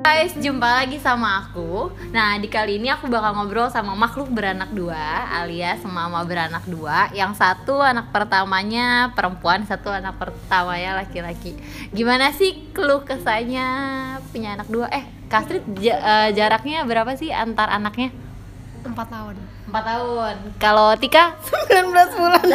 Guys, jumpa lagi sama aku. Nah, di kali ini aku bakal ngobrol sama makhluk beranak dua, alias mama beranak dua. Yang satu anak pertamanya perempuan, satu anak pertamanya laki-laki. Gimana sih keluh kesahnya punya anak dua? Kak Astrid, jaraknya berapa sih antar anaknya? 4 tahun. 4 tahun. Kalau Tika? 19 bulan.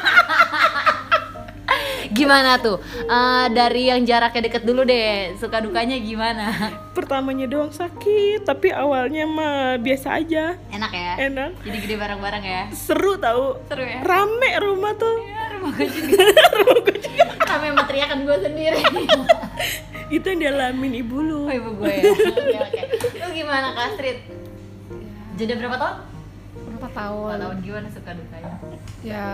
Gimana tuh? Dari yang jaraknya deket dulu deh, suka dukanya gimana? Pertamanya doang sakit, tapi awalnya mah biasa aja. Enak ya? Enak. Jadi gede bareng-bareng ya? Seru tau. Seru ya? Rame rumah tuh. Ya, rumah gue juga. Rame sama teriakan gue sendiri. Itu yang dialamin ibu lu. Oh, ibu gue ya? Oke. Lu gimana Kak Astrid? Jeda berapa tahun? 4 tahun. 4 tahun, gimana suka dukanya? Ya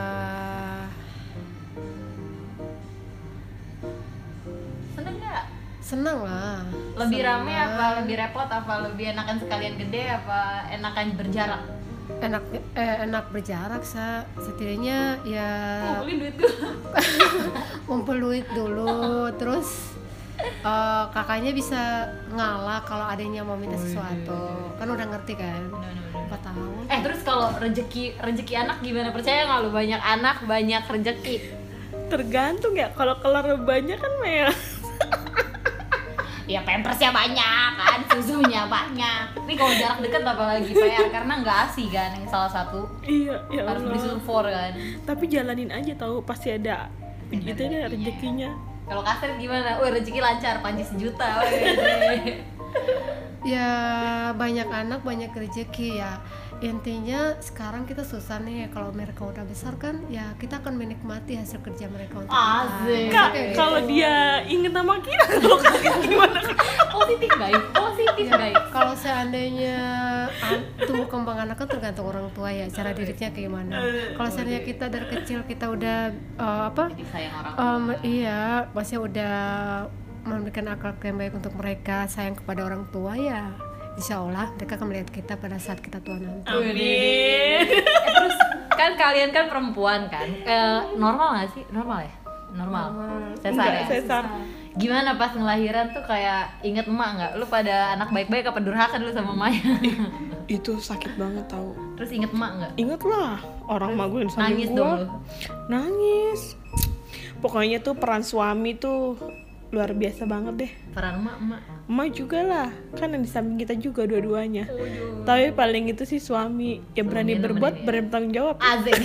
Seneng gak? seneng lah. Lebih Seneng. rame apa lebih repot, apa lebih enakan sekalian gede, apa enakan berjarak? Enak berjarak setidaknya ya Ngumpulin duit gue. ngumpul duit dulu, terus kakaknya bisa ngalah kalau adanya mau minta sesuatu. Kan udah ngerti kan? 4 tahun. Terus kalau rezeki anak gimana? Percaya nggak lu banyak anak banyak rezeki? Tergantung ya, kalau kelar banyak kan mah Ya pampersnya banyak kan, susunya banyak. Ini kalau jarak deket apalagi PR karena nggak ASI kan yang salah satu. Iya, ya Harus beli Allah. susu for kan. Tapi jalanin aja tahu, pasti ada gitu deh rezekinya. Kalau Kak Astrid gimana? Rezeki lancar, panci sejuta. Weh. Ya banyak anak banyak rezeki ya. Intinya sekarang kita susah nih, kalau mereka udah besar kan ya kita akan menikmati hasil kerja mereka untuk Asik. kita. Kak, Kayak kalau gitu. dia inget sama kita, kalau kaget gimana? Positif Ya, guys. kalau seandainya tumbuh kembang anak kan tergantung orang tua ya, cara didiknya kayak gimana. Kalau seandainya kita dari kecil kita udah Jadi sayang orang. iya, maksudnya udah memberikan akhlak yang baik untuk mereka, sayang kepada orang tua ya, insya Allah mereka akan melihat kita pada saat kita tua nanti. Amin. Terus kan kalian kan perempuan kan, normal nggak sih? Normal ya? Normal. Sesar ya? Enggak, sesar. Gimana pas ngelahiran tuh kayak inget emak nggak? Lu pada anak baik-baik apa durhaka dulu sama Maya? Itu sakit banget tau. Terus inget emak nggak? Ingat lah, orang mah gue sama Nangis gua. dong lu? Nangis. Pokoknya tuh peran suami tuh luar biasa banget deh. Peran emak. Emak juga lah, kan yang di samping kita juga dua-duanya. Tapi paling itu sih suami, ya berani Suami berbuat, nemenin ya. berani bertanggung jawab. Azek.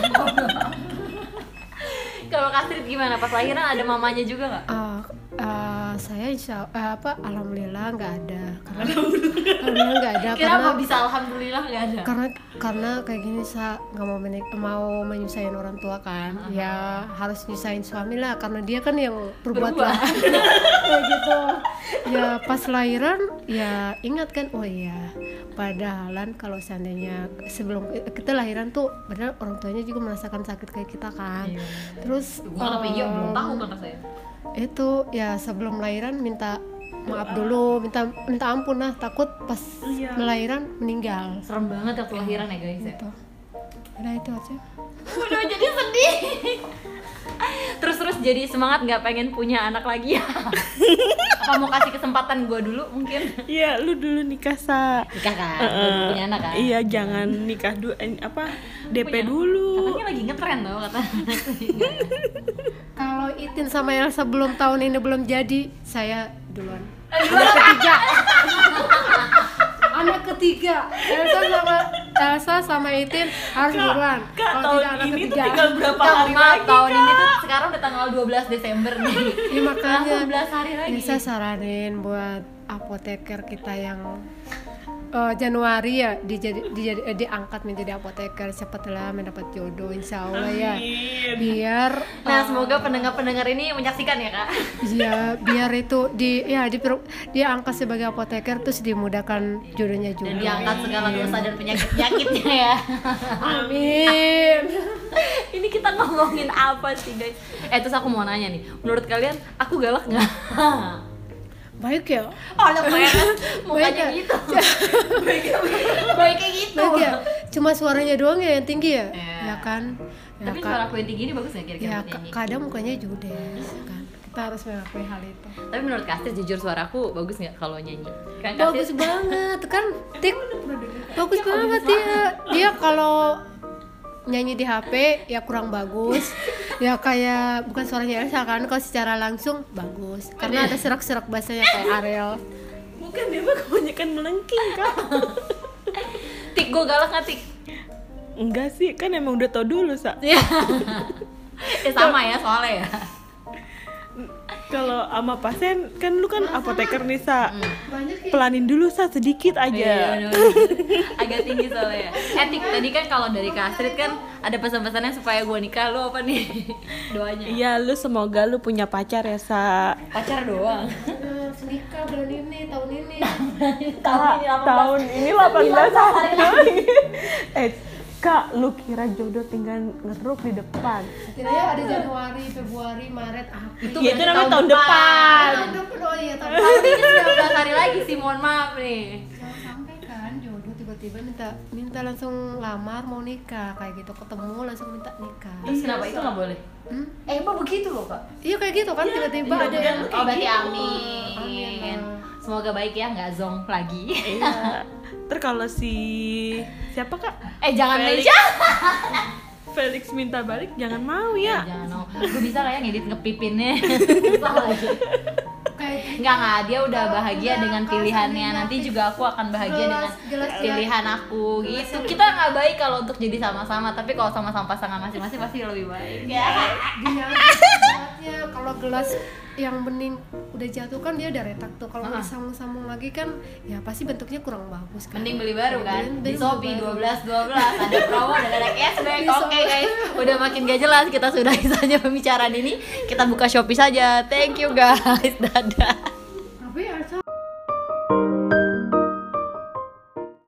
Kalau Kak Astrid gimana? Pas lahiran ada mamanya juga nggak? Saya alhamdulillah nggak ada, alhamdulillah nggak ada Kenapa bisa alhamdulillah nggak ada? karena kayak gini saya nggak mau menyusahin orang tua kan, ya harus nyusahin suami lah karena dia kan yang berbuat lah. Kayak gitu ya. Pas lahiran ya ingat kan, oh iya padahalan kalau seandainya sebelum kita lahiran tuh benar orang tuanya juga merasakan sakit kayak kita kan. Iya. Terus Bukan apa iya belum tahu kakak saya. itu ya sebelum lahiran minta maaf dulu, minta ampun lah, takut pas melahiran meninggal Serem banget waktu lahiran ya guys ya. gitu. Udah itu aja. Udah jadi sedih. Terus jadi semangat nggak pengen punya anak lagi ya? Apa mau kasih kesempatan gue dulu mungkin? Iya, lu dulu nikah Nikah kan, baru punya anak kan? Iya, jangan nikah dulu, DP dulu. Katanya lagi ngetren tau kata. Kalau Itin sama Elsa belum tahun ini belum jadi, saya duluan. Anak ketiga. Elsa sama Itin harus duluan. Kak, Kalau tahun tidak anak ini tuh ketiga. tinggal berapa Kak, hari maaf, lagi, tahun Kak? ini tuh sekarang udah tanggal 12 Desember nih. Ya, makanya 18 hari lagi. saya saranin buat apoteker kita yang Januari ya diangkat menjadi apoteker, cepatlah mendapat jodoh insya Allah ya. Amin. Biar Nah, semoga pendengar-pendengar ini menyaksikan ya, Kak. ya biar itu diangkat sebagai apoteker terus dimudahkan jodohnya juga. Dan diangkat segala dosa dan penyakit-penyakitnya ya. Amin. Ini kita ngomongin apa sih, guys? Terus aku mau nanya nih. Menurut kalian aku galak nggak? Baik ya. Oh, lo mukanya Baik ya? gitu. Baik kayak gitu. Baik ya. Cuma suaranya doang ya yang tinggi ya. Iya. Ya kan. Ya, Tapi suara aku yang tinggi ini bagus nggak kira-kira ya buat nyanyi? kadang mukanya judes kan. kita harus mengakui hal itu. Tapi menurut Kastri jujur suaraku bagus nggak kalau nyanyi? Kan Bagus banget kan, Tik. Bagus banget dia kalau nyanyi di HP ya kurang bagus. Ya kayak bukan suaranya Elsa kan, kalau secara langsung bagus. Karena ada serak-serak bahasanya kayak Ariel. Bukan, dia mah kebanyakan melengking Kak. Tik, gue galak nggak Tik? Enggak sih, kan emang udah tau dulu Sa. Ya sama ya soalnya ya. Kalau sama pasien kan lu kan apoteker nih Sa. Banyak ya. Pelanin dulu Sa sedikit aja. Iya, agak tinggi soalnya. Tik, tadi kan kalau dari Kastri kan ada pesan-pesannya supaya gue nikah, lu apa nih doanya? Iya, lu semoga lu punya pacar ya Sa. Pacar doang. Nikah bulan ini, tahun ini. Tahun ini 18 hari. Kak, lu kira jodoh tinggal ngeruk di depan? Kiranya ada Januari, Februari, Maret, April. Itu namanya tahun depan. Tahun depan, oh iya tahun Tahun ini 19 hari lagi sih, mohon maaf nih. Jangan sampai kan jodoh tiba-tiba minta langsung lamar mau nikah kayak gitu, ketemu langsung minta nikah. Terus kenapa itu nggak boleh? Emang begitu loh Kak? Iya kayak gitu kan tiba-tiba ada yang Oh berarti gitu. amin. Semoga baik ya, nggak zong lagi. Iya. Terus kalau siapa Kak? Jangan Felix. meja. Felix minta balik, jangan mau ya. Jangan mau. Gue bisa lah ya ngedit ngepipinnya. Susah lagi. Kayak Enggak, dia udah bahagia dengan pilihannya. Nanti juga aku akan bahagia dengan pilihan aku gitu. Kita nggak baik kalau untuk jadi sama-sama, tapi kalau sama-sama pasangan masing-masing pasti lebih baik. Ya. gini aja kalau gelas yang bening udah jatuh kan dia udah retak tuh, kalau disambung-sambung lagi kan ya pasti bentuknya kurang bagus kan. Mending beli baru kan. Di Mending Shopee beli baru. 12 ada promo dan ada cashback. Di Oke guys, udah makin gak jelas, kita sudahi saja pembicaraan ini. Kita buka Shopee saja. Thank you guys. Dadah. Tapi ya